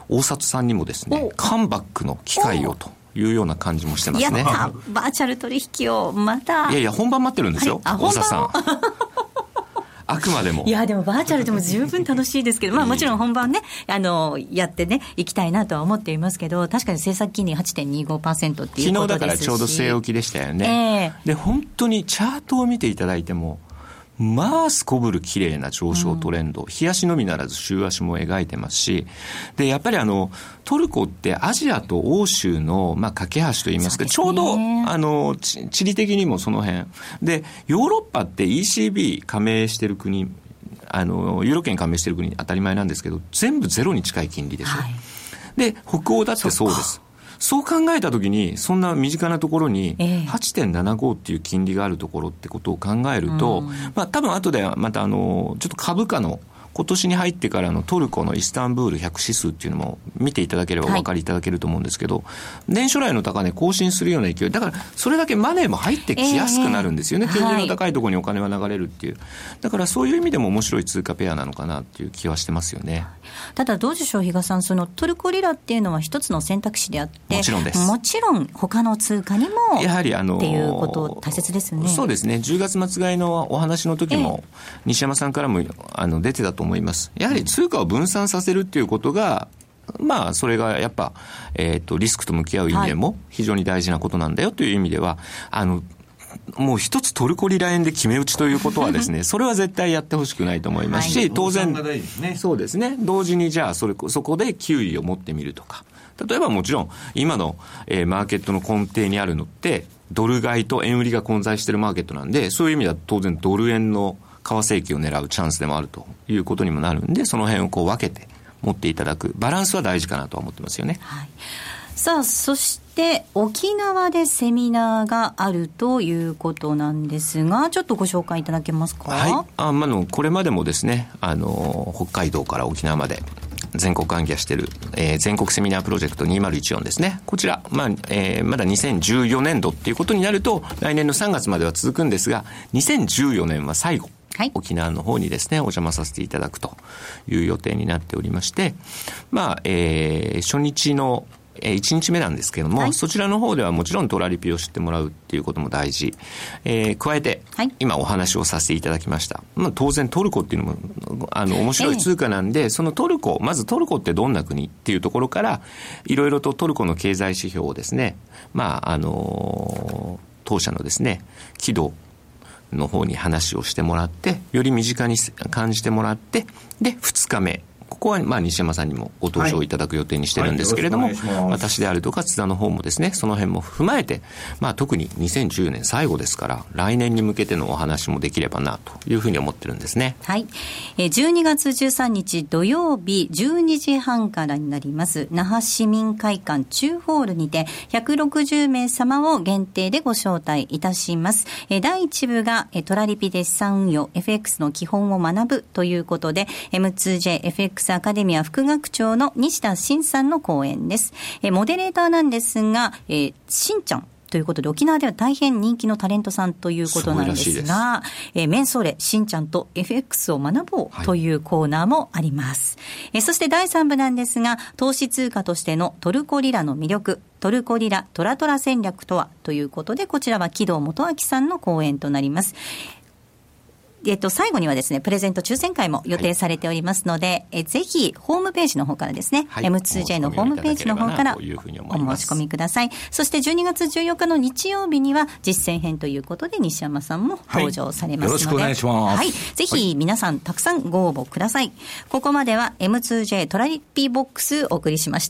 大里さんにもですねカムバックの機会をというような感じもしてますね。 やったバーチャル取引をまた。 いやいや本番待ってるんですよ大里さんあくまでも。 いやでもバーチャルでも十分楽しいですけど、まあもちろん本番ねあのやってねいきたいなとは思っていますけど、確かに政策金利 はちてんにごパーセント っていうことですし、 昨日だからちょうど据え置きでしたよね、えー、で本当にチャートを見ていただいてもまあすこぶる綺麗な上昇トレンド、うん、日足のみならず週足も描いてますし、でやっぱりあのトルコってアジアと欧州のまあ架け橋といいますか、ちょうどあの地理的にもその辺で、ヨーロッパって イーシービー 加盟してる国、あのユーロ圏加盟してる国当たり前なんですけど全部ゼロに近い金利ですよ、はい、で北欧だってそうです。そう考えたときにそんな身近なところに はちてんななご っていう金利があるところってことを考えると、うん、まあ多分後ではまたあのちょっと株価の今年に入ってからのトルコのイスタンブールひゃく指数っていうのも見ていただければお分かりいただけると思うんですけど、はい、年初来の高値更新するような勢いだからそれだけマネーも入ってきやすくなるんですよね、えー、金利の高いところにお金は流れるっていう、はい、だからそういう意味でも面白い通貨ペアなのかなっていう気はしてますよね。 ただどうでしょう比嘉さん、そのトルコリラっていうのは一つの選択肢であって、 もちろんです。 もちろん他の通貨にもやはりあのっていうこと大切ですね。 そうですね。じゅうがつ末買いのお話の時も、えー、西山さんからもあの出てたと思います。やはり通貨を分散させるっていうことが、まあそれがやっぱ、えーと、リスクと向き合う意味でも非常に大事なことなんだよという意味では、あのもう一つトルコリラ円で決め打ちということはですねそれは絶対やってほしくないと思いますし、はい、当然そうですね、同時にじゃあそれそこでキウイを持ってみるとか、例えばもちろん今の、えー、マーケットの根底にあるのってドル買いと円売りが混在しているマーケットなんで、そういう意味では当然ドル円の為替益を狙うチャンスでもあるということにもなるんで、その辺をこう分けて持っていただくバランスは大事かなとは思ってますよね。 はい、さあそして沖縄でセミナーがあるということなんですが、ちょっとご紹介いただけますか。 はい、あ、まあ、のこれまでもですね、あの北海道から沖縄まで全国関係している、えー、全国セミナープロジェクトにせんじゅうよんですね。こちら、まあえー、まだにせんじゅうよねんどっていうことになると来年のさんがつまでは続くんですが、にせんじゅうよねんは最後、はい、沖縄の方にですねお邪魔させていただくという予定になっておりまして、まあえー、初日のいちにちめなんですけども、はい、そちらの方ではもちろんトラリピを知ってもらうっていうことも大事、えー、加えて、はい、今お話をさせていただきました、まあ、当然トルコっていうのもあの面白い通貨なんで、えー、そのトルコ、まずトルコってどんな国っていうところからいろいろとトルコの経済指標をですね、まああのー、当社のですね軌道の方に話をしてもらって、より身近に感じてもらって、でふつかめ、ここはまあ西山さんにもご登場いただく予定にしてるんですけれども、はいはい、私であるとか津田の方もですねその辺も踏まえて、まあ、特ににせんじゅうねん最後ですから来年に向けてのお話もできればなというふうに思ってるんですね。 はい、じゅうにがつじゅうさんにち土曜日じゅうにじはんからになります那覇市民会館中ホールにてひゃくろくじゅうめいさまを限定でご招待いたします。だいいち部がトラリピで資産運用 エフエックス の基本を学ぶということで エムツージェーエフエックス アカデミア副学長の西田真さんの講演です。えモデレーターなんですが、えー、しんちゃんということで沖縄では大変人気のタレントさんということなんですが、えー、メンソーレしんちゃんと エフエックス を学ぼうというコーナーもあります、はい、えー、そしてだいさん部なんですが投資通貨としてのトルコリラの魅力、トルコリラトラトラ戦略とはということで、こちらは木戸元明さんの講演となります。えっと、最後にはですねプレゼント抽選会も予定されておりますので、はい、えぜひホームページの方からですね、はい、エムツージェー のホームページの方からお申し込みください。そしてじゅうにがつじゅうよっかの日曜日には実践編ということで西山さんも登場されますので、はい、よろしくお願いします、はい、ぜひ皆さんたくさんご応募ください。ここまでは エムツージェー トラリピボックスお送りしました。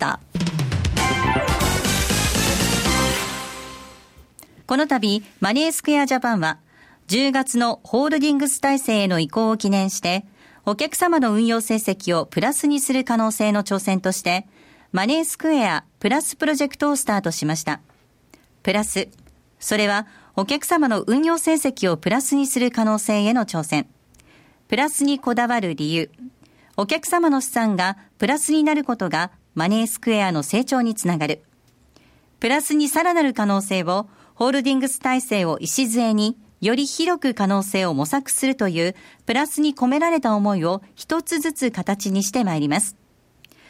この度マネースクエアジャパンはじゅうがつのホールディングス体制への移行を記念して、お客様の運用成績をプラスにする可能性の挑戦として、マネースクエアプラスプロジェクトをスタートしました。プラス、それはお客様の運用成績をプラスにする可能性への挑戦。プラスにこだわる理由。お客様の資産がプラスになることがマネースクエアの成長につながる。プラスにさらなる可能性を、ホールディングス体制を礎に、より広く可能性を模索するというプラスに込められた思いを一つずつ形にしてまいります。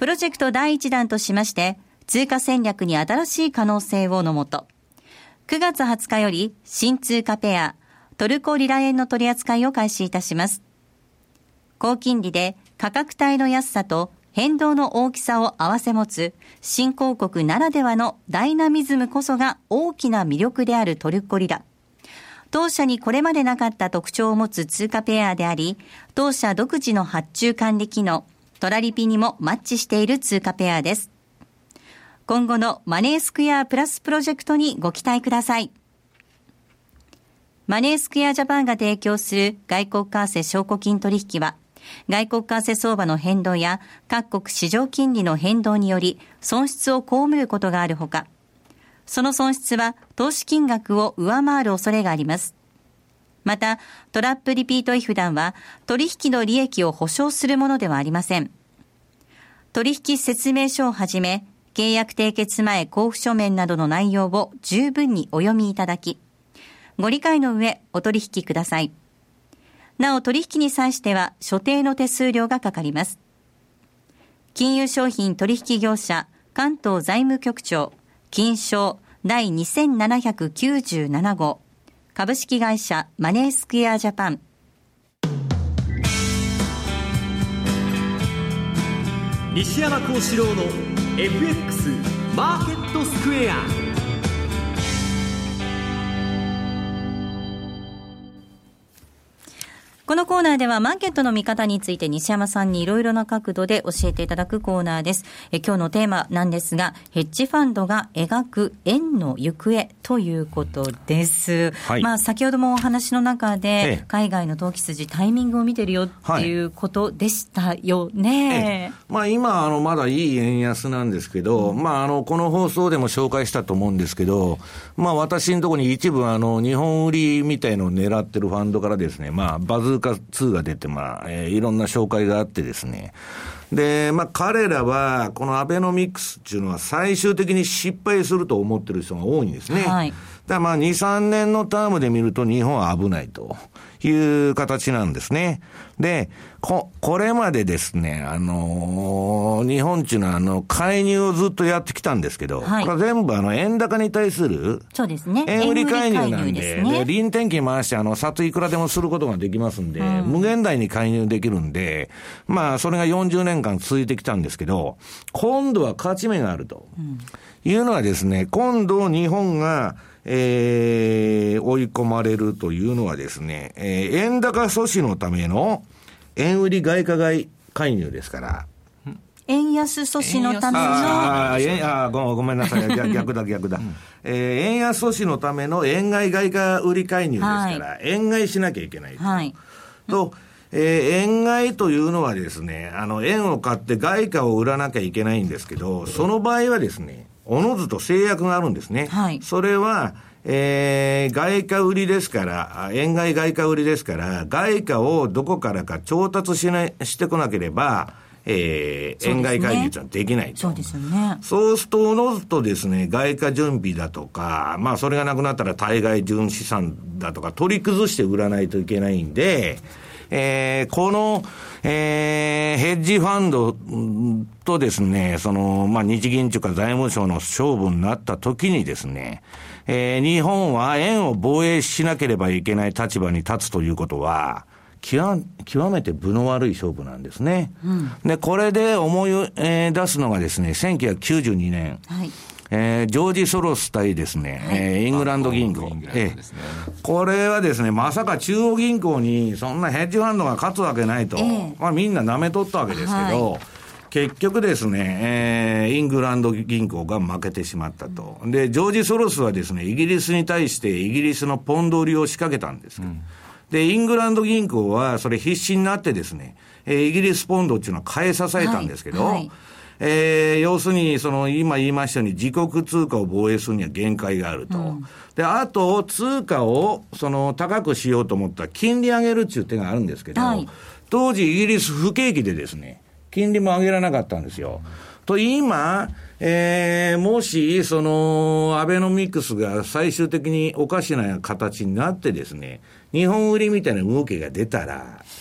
プロジェクトだいいちだんとしまして、通貨戦略に新しい可能性をのもと、くがつはつかより新通貨ペア、トルコリラ円の取り扱いを開始いたします。高金利で価格帯の安さと変動の大きさを併せ持つ新興国ならではのダイナミズムこそが大きな魅力であるトルコリラ。当社にこれまでなかった特徴を持つ通貨ペアであり、当社独自の発注管理機能、トラリピにもマッチしている通貨ペアです。今後のマネースクエアプラスプロジェクトにご期待ください。マネースクエアジャパンが提供する外国為替証拠金取引は、外国為替相場の変動や各国市場金利の変動により損失を被ることがあるほか、その損失は投資金額を上回る恐れがあります。また、トラップリピート違反弾は取引の利益を保証するものではありません。取引説明書をはじめ、契約締結前交付書面などの内容を十分にお読みいただき、ご理解の上お取引ください。なお取引に際しては所定の手数料がかかります。金融商品取引業者関東財務局長金商第にせんななひゃくきゅうじゅうなな号株式会社マネースクエアジャパン。 西山幸四郎の エフエックス マーケットスクエア。 このコーナーではマーケットの見方について西山さんにいろいろな角度で教えていただくコーナーです。え今日のテーマなんですが、ヘッジファンドが描く円の行方ということです。はい、まあ先ほどもお話の中で海外の投機筋タイミングを見てるよっていうことでしたよね。 はい、まあ今あのまだいい円安なんですけど、うん、まああのこの放送でも紹介したと思うんですけど、まあ私のところに一部あの日本売りみたいのを狙ってるファンドからですね、まあバズツーが出て、まあ、えー、いろんな紹介があってですね。で、まあ、彼らは、このアベノミクスっていうのは最終的に失敗すると思ってる人が多いんですね。はい。だからまあ、に、さんねんのタームで見ると日本は危ないという形なんですね。で、こ、これまでですね、あのー、日本っていうのはあの、介入をずっとやってきたんですけど、はい、これ全部あの、円高に対する、 そうですね。 円売り介入なんで、で、ね、臨転機回してあの、札いくらでもすることができますんで、うん、無限大に介入できるんで、まあ、それがよんじゅうねんかん続いてきたんですけど、今度は勝ち目があると、うん、いうのはですね、今度日本が、えー、追い込まれるというのはですね、えー、円高阻止のための円売り外貨買い介入ですから。 円安阻止のための。ああ、ご, ごめんなさい。逆だ逆だ。うん、えー、円安阻止のための円買い外貨売り介入ですから、はい、円買いしなきゃいけないと。はい、と、えー、円買いというのはですね、あの、円を買って外貨を売らなきゃいけないんですけど、その場合はですね、おのずと制約があるんですね。はい、それは、えー、外貨売りですから、円買い外貨売りですから、外貨をどこからか調達しない、してこなければ、えー、円買い介入はできないと。 そうですよね。 そうすると、おのずとですね、外貨準備だとか、まあ、それがなくなったら対外純資産だとか、取り崩して売らないといけないんで、えー、この、えー、ヘッジファンドとですね、その、まあ、日銀というか財務省の勝負になった時にですね、えー、日本は円を防衛しなければいけない立場に立つということは、極、極めて分の悪い勝負なんですね。うん、で、これで思い、えー、出すのがですね、せんきゅうひゃくきゅうじゅうにねん。はい。えー、ジョージ・ソロス対ですね、はい、えー、イングランド銀行。ね、えー、これはですね、まさか中央銀行にそんなヘッジファンドが勝つわけないと、えー、まあみんな舐めとったわけですけど、はい、結局ですね、えー、イングランド銀行が負けてしまったと。で、ジョージ・ソロスはですね、イギリスに対してイギリスのポンド売りを仕掛けたんです。うん、で、イングランド銀行はそれ必死になってですね、えー、イギリスポンドっていうのは買い支えたんですけど、はいはい、えー、要するに、その、今言いましたように、自国通貨を防衛するには限界があると。うん、で、あと、通貨を、その、高くしようと思ったら、金利上げるっていう手があるんですけど、はい、当時イギリス不景気でですね、金利も上げられなかったんですよ。と、今、えー、もし、その、アベノミクスが最終的におかしな形になってですね、日本売りみたいな動きが出たら、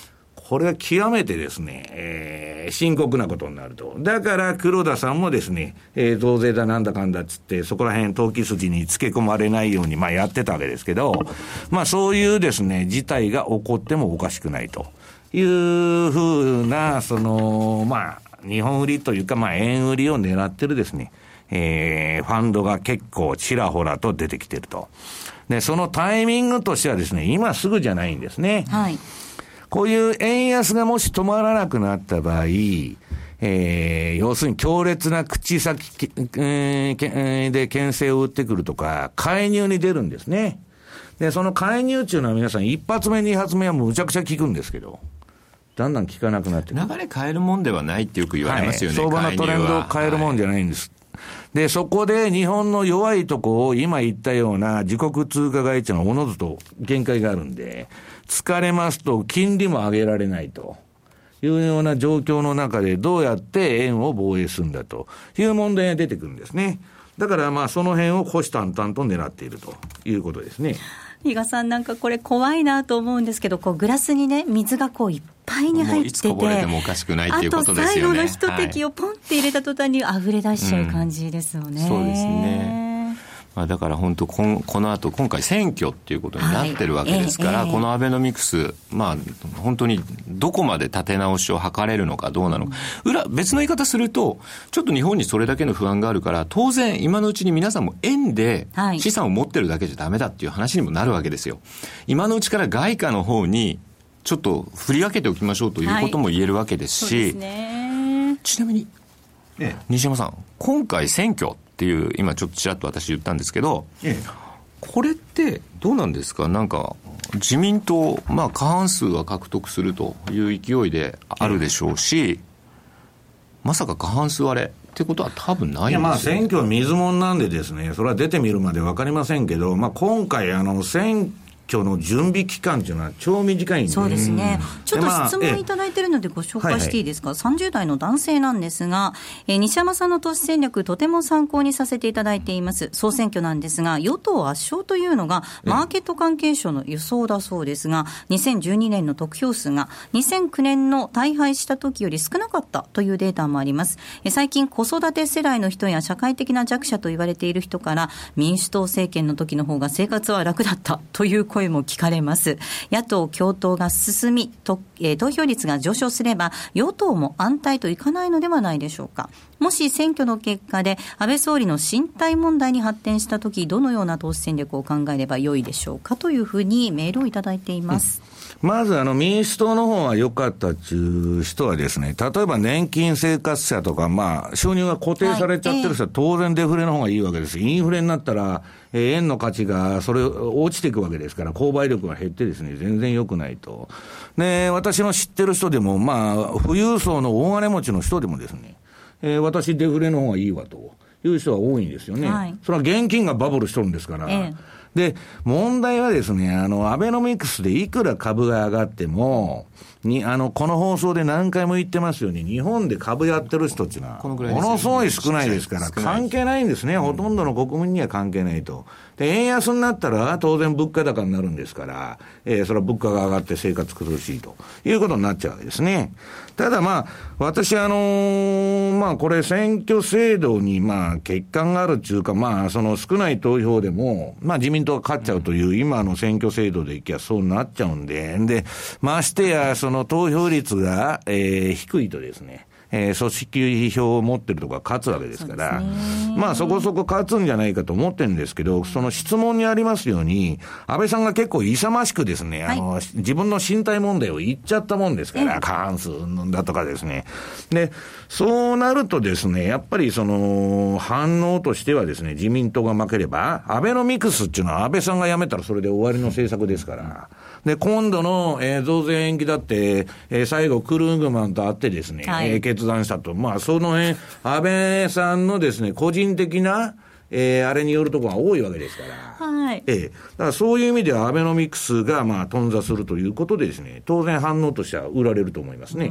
これは極めてですね、えー、深刻なことになると。だから黒田さんもですね、えー、増税だなんだかんだっつって、そこら辺投機筋につけ込まれないように、まあやってたわけですけど、まあそういうですね、事態が起こってもおかしくないというふうな、その、まあ、日本売りというか、まあ円売りを狙ってるですね、えー、ファンドが結構ちらほらと出てきてると。で、そのタイミングとしてはですね、今すぐじゃないんですね。はい。こういう円安がもし止まらなくなった場合、えー、要するに強烈な口先、えー、で牽制を打ってくるとか、介入に出るんですね。で、その介入っていうのは皆さん一発目二発目はむちゃくちゃ効くんですけど、だんだん効かなくなってくる。 流れ変えるもんではないってよく言われますよね。 はい、相場のトレンドを変えるもんじゃないんです。はい、で、そこで日本の弱いとこを今言ったような自国通貨買いっていうのはおのずと限界があるんで、疲れますと金利も上げられないというような状況の中でどうやって円を防衛するんだという問題が出てくるんですね。だからまあその辺を虎視眈々と狙っているということですね。 比嘉さん、なんかこれ怖いなと思うんですけど、こうグラスにね、水がこういっぱいに入ってて、 もういつこぼれてもおかしくないっていうことですよね。 あと最後の一滴をポンって入れた途端に溢れ出しちゃう感じですよね。 うん、そうですね。まあ、だから本当この、この後今回選挙っていうことになってるわけですから、はいえーえー、このアベノミクス、まあ本当にどこまで立て直しを図れるのかどうなのか、裏別の言い方すると、ちょっと日本にそれだけの不安があるから、当然今のうちに皆さんも円で資産を持ってるだけじゃダメだっていう話にもなるわけですよ。今のうちから外貨の方にちょっと振り分けておきましょうということも言えるわけですし、はい、そうですね。ちなみに、ええ、西山さん、今回選挙っていう今ちょっとちらっと私言ったんですけど、ええ、これってどうなんですか。なんか自民党、まあ過半数は獲得するという勢いであるでしょうし、ええ、まさか過半数割れってことは多分ないんですよ、ね。いやまあ選挙は水物なんでですね、それは出てみるまで分かりませんけど、まあ今回あの選挙の準備期間というのは超短いんで。 そうですね。ちょっと質問いただいているのでご紹介していいですか。はいはい、さんじゅう代の男性なんですが、えー、西山さんの投資戦略とても参考にさせていただいています。総選挙なんですが、与党圧勝というのがマーケット関係省の予想だそうですが、にせんじゅうにねんの得票数がにせんきゅうねんの大敗した時より少なかったというデータもあります。えー、最近子育て世代の人や社会的な弱者と言われている人から民主党政権の時の方が生活は楽だったという声も聞かれます。野党共闘が進みと、えー、投票率が上昇すれば与党も安泰といかないのではないでしょうか。もし選挙の結果で安倍総理の身体問題に発展したとき、どのような投資戦略を考えれば良いでしょうかというふうにメールをいただいています。 うん、まずあの民主党の方が良かったという人はですね、例えば年金生活者とか、まあ収入が固定されちゃってる人は当然デフレの方がいいわけです。インフレになったら円の価値がそれ落ちていくわけですから、購買力が減ってですね、全然良くないと。で、私の知ってる人でも、まあ富裕層の大金持ちの人でもですね、えー、私デフレの方がいいわという人は多いんですよね。はい、それは現金がバブルしとるんですから。ええ、で、問題はですね、あのアベノミクスでいくら株が上がっても、にあのこの放送で何回も言ってますように、日本で株やってる人っていうのはものすごい少ないですから関係ないんですね。ほとんどの国民には関係ないと。で、円安になったら当然物価高になるんですから、えー、それは物価が上がって生活苦しいということになっちゃうわけですね。ただまあ私あのー、まあこれ選挙制度にまあ欠陥があるっていうか、まあその少ない投票でもまあ自民党が勝っちゃうという今の選挙制度でいきゃそうなっちゃうんで、でましてやその投票率が、えー、低いとですね、えー、組織票を持ってるとか勝つわけですから、まあそこそこ勝つんじゃないかと思ってるんですけど、その質問にありますように、安倍さんが結構勇ましくですね、あの、はい、自分の身体問題を言っちゃったもんですから、過半数だとかですね。で、そうなるとですね、やっぱりその反応としてはですね、自民党が負ければ、アベノミクスっていうのは安倍さんが辞めたらそれで終わりの政策ですから、で、今度の、えー、増税延期だって、えー、最後クルーグマンと会ってですね、はい、えー、決断したと。まあ、その辺、安倍さんのですね、個人的な、えー、あれによるところが多いわけですから。はい。えー、だからそういう意味ではアベノミクスが、まあ、頓挫するということでですね、当然反応としては売られると思いますね。うーん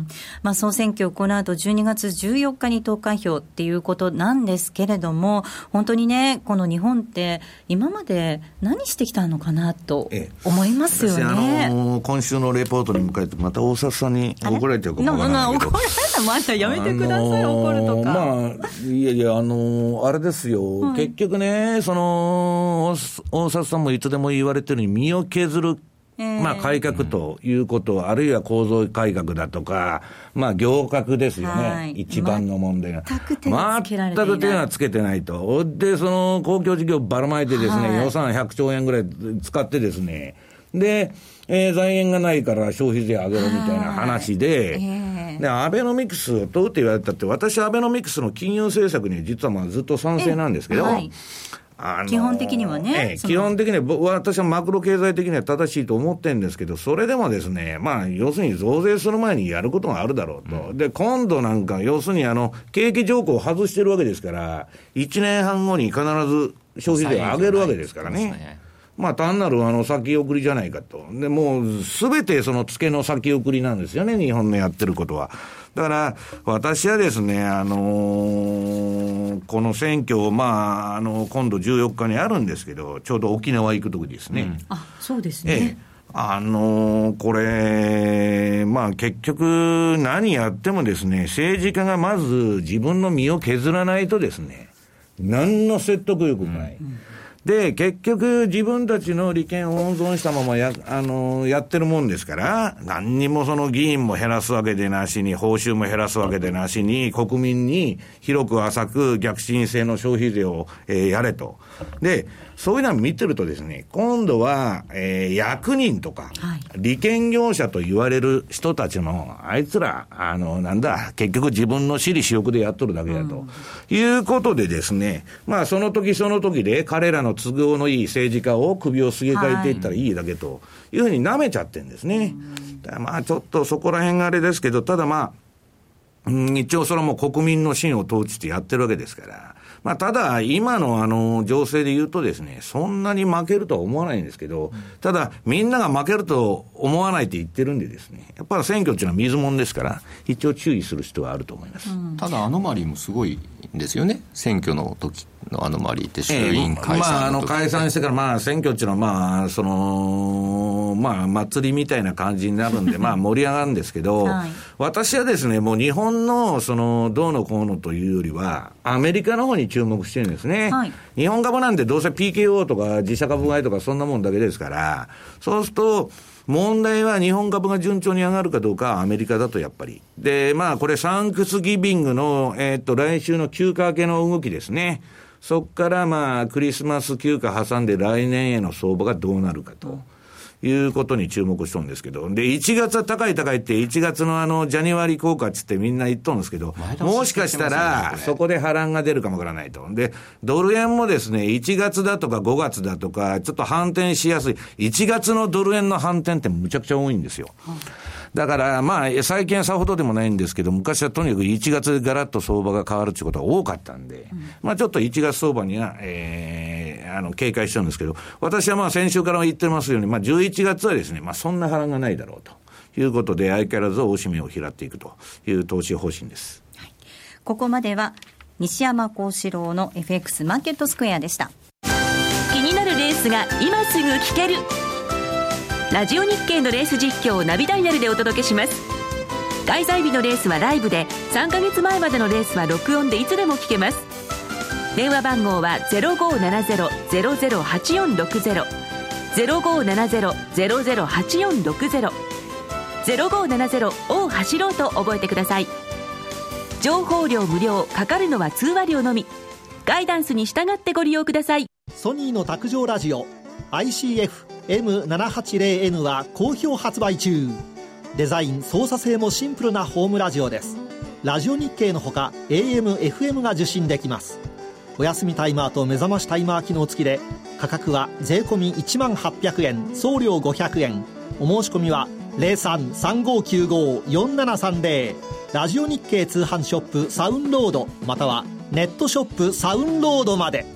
ん、まあ、総選挙この後じゅうにがつじゅうよっかに投開票っていうことなんですけれども、本当にねこの日本って今まで何してきたのかなと思いますよね。 私、あのー、今週のレポートに向かってまた大札さんに怒られてるかもわからないけど、 怒られたまたやめてください、あのー、怒るとか、 まあ、いやいや、あのー、あれですよ、はい、結局ねその大札さんもいつでも言われてるように身を削るまあ、改革ということ、うん、あるいは構造改革だとか、まあ、行革ですよね、はい、一番の問題が。 全く手がつけられていない。 全く手がつけてないと。で、その公共事業ばらまいてですね、はい、予算ひゃくちょうえんぐらい使ってですね、で、えー、財源がないから消費税上げろみたいな話で、えー、で、アベノミクスを問うって言われたって、私アベノミクスの金融政策に実はまあずっと賛成なんですけど、はい、 あの基本的にはね、 ええ、基本的には私はマクロ経済的には正しいと思ってるんですけど、それでもですね、まあ要するに増税する前にやることがあるだろうと、うん、で今度なんか要するにあの景気条項を外してるわけですから、いちねんはんごに必ず消費税を上げるわけですからね。まあ単なるあの先送りじゃないかと。でもうすべてその付けの先送りなんですよね、日本のやってることは。だから私はですね、あのー、この選挙、まあ、あの今度じゅうよっかにあるんですけど、ちょうど沖縄行くときですね、うん、 あ、そうですね、 ええ、あのー、これまあ結局何やってもですね、政治家がまず自分の身を削らないとですね、何の説得力もない、うんうん、で結局自分たちの利権を温存したままや、あのー、やってるもんですから、何にもその議員も減らすわけでなしに、報酬も減らすわけでなしに、国民に広く浅く逆進性の消費税を、えー、やれと。でそういうのを見てるとですね、今度は、えー、役人とか、はい、利権業者と言われる人たちのあいつらあのなんだ結局自分の私利私欲でやっとるだけだと、うん、いうことでですね、まあその時その時で彼らの都合のいい政治家を首をすげ替えていったらいいだけというふうに舐めちゃってるんですね、はい、まあちょっとそこら辺があれですけど、ただまあ、うん、一応それはもう国民の信を統治してやってるわけですから、まあ、ただ、今のあの、情勢で言うとですね、そんなに負けるとは思わないんですけど、ただ、みんなが負けると思わないって言ってるんでですね、やっぱり選挙っていうのは水物ですから、一応注意する必要はあると思います。うん、 ただ、アノマリーもすごいんですよね、選挙の時のアノマリーって衆院解散の時、えー、まあ、あの、 解散してから、まあ、選挙っていうのは、まあ、その、まあ、祭りみたいな感じになるんで、まあ、盛り上がるんですけど、はい、私はですね、もう日本の、その、どうのこうのというよりは、アメリカの方に注目してるんですね、はい、日本株なんてどうせ ピーケーオー とか自社株買いとかそんなもんだけですから、そうすると問題は日本株が順調に上がるかどうかはアメリカだとやっぱり。で、まあこれサンクスギビングの、えー、っと来週の休暇明けの動きですね。そこからまあクリスマス休暇挟んで来年への相場がどうなるかということに注目しとるんですけど、でいちがつは高い高いっていちがつのあのジャニワリ効果っつってみんな言っとるんですけど、もしかしたらそこで波乱が出るかもわからないと。でドル円もですね、いちがつだとかごがつだとかちょっと反転しやすい、いちがつのドル円の反転ってむちゃくちゃ多いんですよ。だからまあ最近はさほどでもないんですけど、昔はとにかくいちがつでガラッと相場が変わるっていうことが多かったんで、うん、まあちょっといちがつ相場には、えー、あの警戒してるんですけど、私はまあ先週から言ってますように、まあじゅういちがつはですね、まあそんな波乱がないだろうということで、相変わらず大しめを拾っていくという投資方針です、はい、 ここまでは西山幸四郎の エフエックス マーケットスクエアでした。 気になるレースが今すぐ聞ける、ラジオ日経のレース実況をナビダイヤルでお届けします。開催日のレースはライブで、さんかげつまえまでのレースは録音でいつでも聞けます。電話番号は ゼロごーななゼロ ゼロゼロはちよんろくゼロ ゼロごーななゼロ ゼロゼロはちよんろくゼロ ゼロごーななゼロを走ろうと覚えてください。情報量無料、かかるのは通話料のみ。ガイダンスに従ってご利用ください。 ソニーの卓上ラジオ アイシーエフエムななはちゼロエヌ は好評発売中。デザイン操作性もシンプルなホームラジオです。ラジオ日経のほか エーエム、エフエム が受信できます。お休みタイマーと目覚ましタイマー機能付きで、価格は税込みいちまんはっぴゃくえん、送料ごひゃくえん。お申し込みは ゼロさん さんごきゅうご よんななさんゼロ ラジオ日経通販ショップサウンロード、またはネットショップサウンロードまで。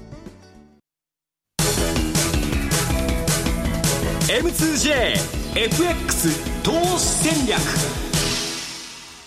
エムツージェーエフエックス 投資戦略。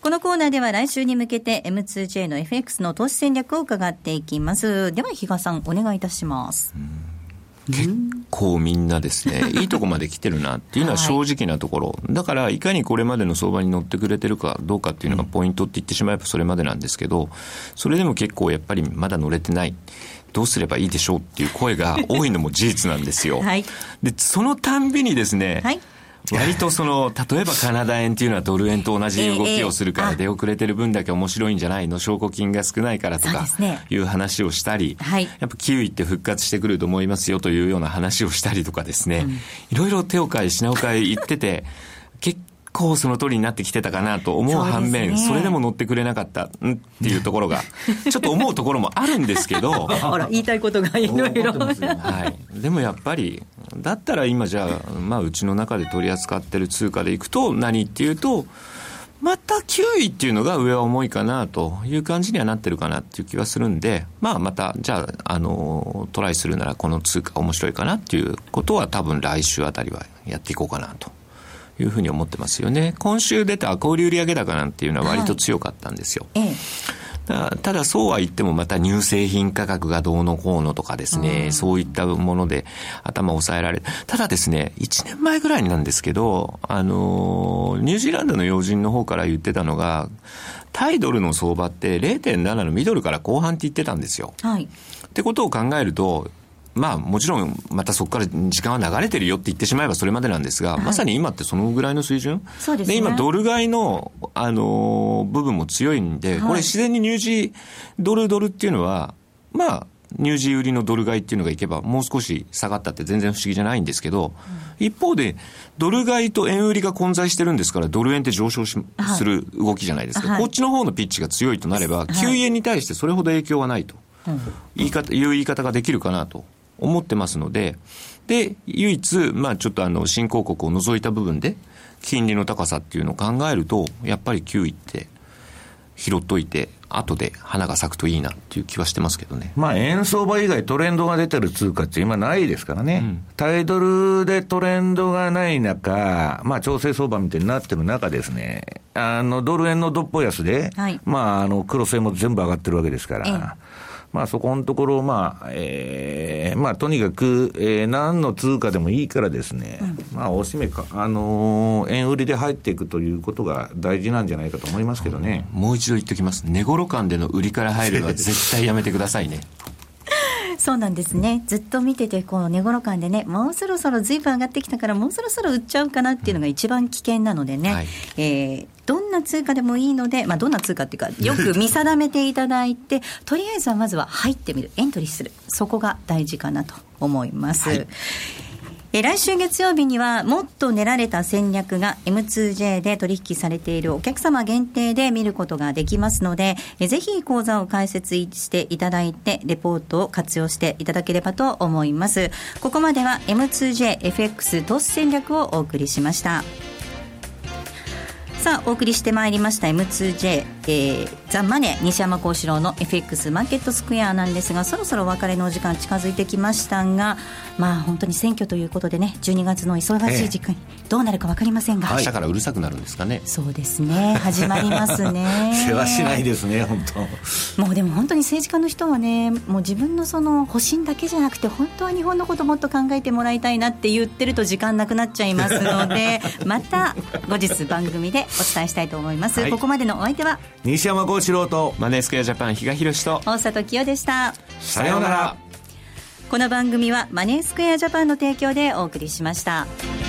このコーナーでは来週に向けて エムツージェー の エフエックス の投資戦略を伺っていきます。では比嘉さんお願いいたします。 結構みんなですねいいとこまで来てるなっていうのは正直なところ、はい、だからいかにこれまでの相場に乗ってくれてるかどうかっていうのがポイントって言ってしまえばそれまでなんですけど、それでも結構やっぱりまだ乗れてない、どうすればいいでしょうっていう声が多いのも事実なんですよ、はい、でそのたんびにですね、はい、割とその例えばカナダ円っていうのはドル円と同じ動きをするから出遅れてる分だけ面白いんじゃないの、証拠金が少ないからとかいう話をしたり、はい、やっぱキウイって復活してくると思いますよというような話をしたりとかですね、うん、いろいろ手を変え品を変え言ってて結構その通りになってきてたかなと思う反面、 そ, ね、それでも乗ってくれなかったんっていうところがちょっと思うところもあるんですけどあら言いたいことがいろいろはい、でもやっぱりだったら今じゃあ、まあ、うちの中で取り扱ってる通貨でいくと何っていうとまたキウイっていうのが上は重いかなという感じにはなってるかなっていう気はするんで、まあまたじゃあ、あのトライするならこの通貨面白いかなっていうことは多分来週あたりはやっていこうかなというふうに思ってますよね。今週出た小売売上高なんていうのは割と強かったんですよ、はい、だただそうは言ってもまた乳製品価格がどうのこうのとかですね、そういったもので頭を抑えられる。ただですねいちねんまえぐらいなんですけど、あのニュージーランドの要人の方から言ってたのが対ドルの相場って れいてんなな のミドルから後半って言ってたんですよ、はい、ってことを考えるとまあもちろんまたそこから時間は流れてるよって言ってしまえばそれまでなんですが、はい、まさに今ってそのぐらいの水準そうですね、 で今ドル買いの、あのー、部分も強いんで、はい、これ自然にニュージードルドルっていうのはまあニュージー売りのドル買いっていうのがいけばもう少し下がったって全然不思議じゃないんですけど、うん、一方でドル買いと円売りが混在してるんですからドル円って上昇し、はい、する動きじゃないですか、はい、こっちの方のピッチが強いとなれば、はい、きゅうえんに対してそれほど影響はないと、うん、言い方いう言い方ができるかなと思ってますので、で唯一まあちょっとあの新興国を除いた部分で金利の高さっていうのを考えるとやっぱりキウイって拾っといて後で花が咲くといいなっていう気はしてますけどね。 まあ円相場以外トレンドが出てる通貨って今ないですからね、うん、タイドルでトレンドがない中、まあ調整相場みたいになってる中ですね、あのドル円のどっぽ安で、はい、まああのクロス円も全部上がってるわけですから、ええまあそこのところ、まあ、えー、まあとにかく、えー、何の通貨でもいいからですね、うん、まあおしめか、あのー、円売りで入っていくということが大事なんじゃないかと思いますけどね。 もう一度言っておきます。値頃感での売りから入るのは絶対やめてくださいね。 そうなんですね。ずっと見ててこの値頃感でね、もうそろそろずいぶん上がってきたからもうそろそろ売っちゃうかなっていうのが一番危険なのでね、はい、えー、どんな通貨でもいいので、まあ、どんな通貨っていうかよく見定めていただいてとりあえずはまずは入ってみる、エントリーする、そこが大事かなと思います、はい。え来週月曜日にはもっと練られた戦略が エムツージェー で取引されているお客様限定で見ることができますので、えぜひ講座を開設していただいてレポートを活用していただければと思います。ここまでは エムツージェーエフエックス 投資戦略をお送りしました。さあお送りしてまいりました エムツージェー、えー、ザ・マネー西山幸四郎の エフエックス マーケットスクエアなんですが、そろそろお別れのお時間近づいてきましたが、まあ本当に選挙ということでね、じゅうにがつの忙しい時間にどうなるか分かりませんが、 明日からうるさくなるんですかね。 そうですね、始まりますね世話しないですね本当。 もうでも本当に政治家の人はね、もう自分のその保身だけじゃなくて本当は日本のこともっと考えてもらいたいなって言ってると時間なくなっちゃいますのでまた後日番組でお伝えしたいと思います、はい、ここまでのお相手は西山幸四郎とマネースクエアジャパン比嘉宏と大里清でした。 さようなら。 この番組はマネースクエアジャパンの提供でお送りしました。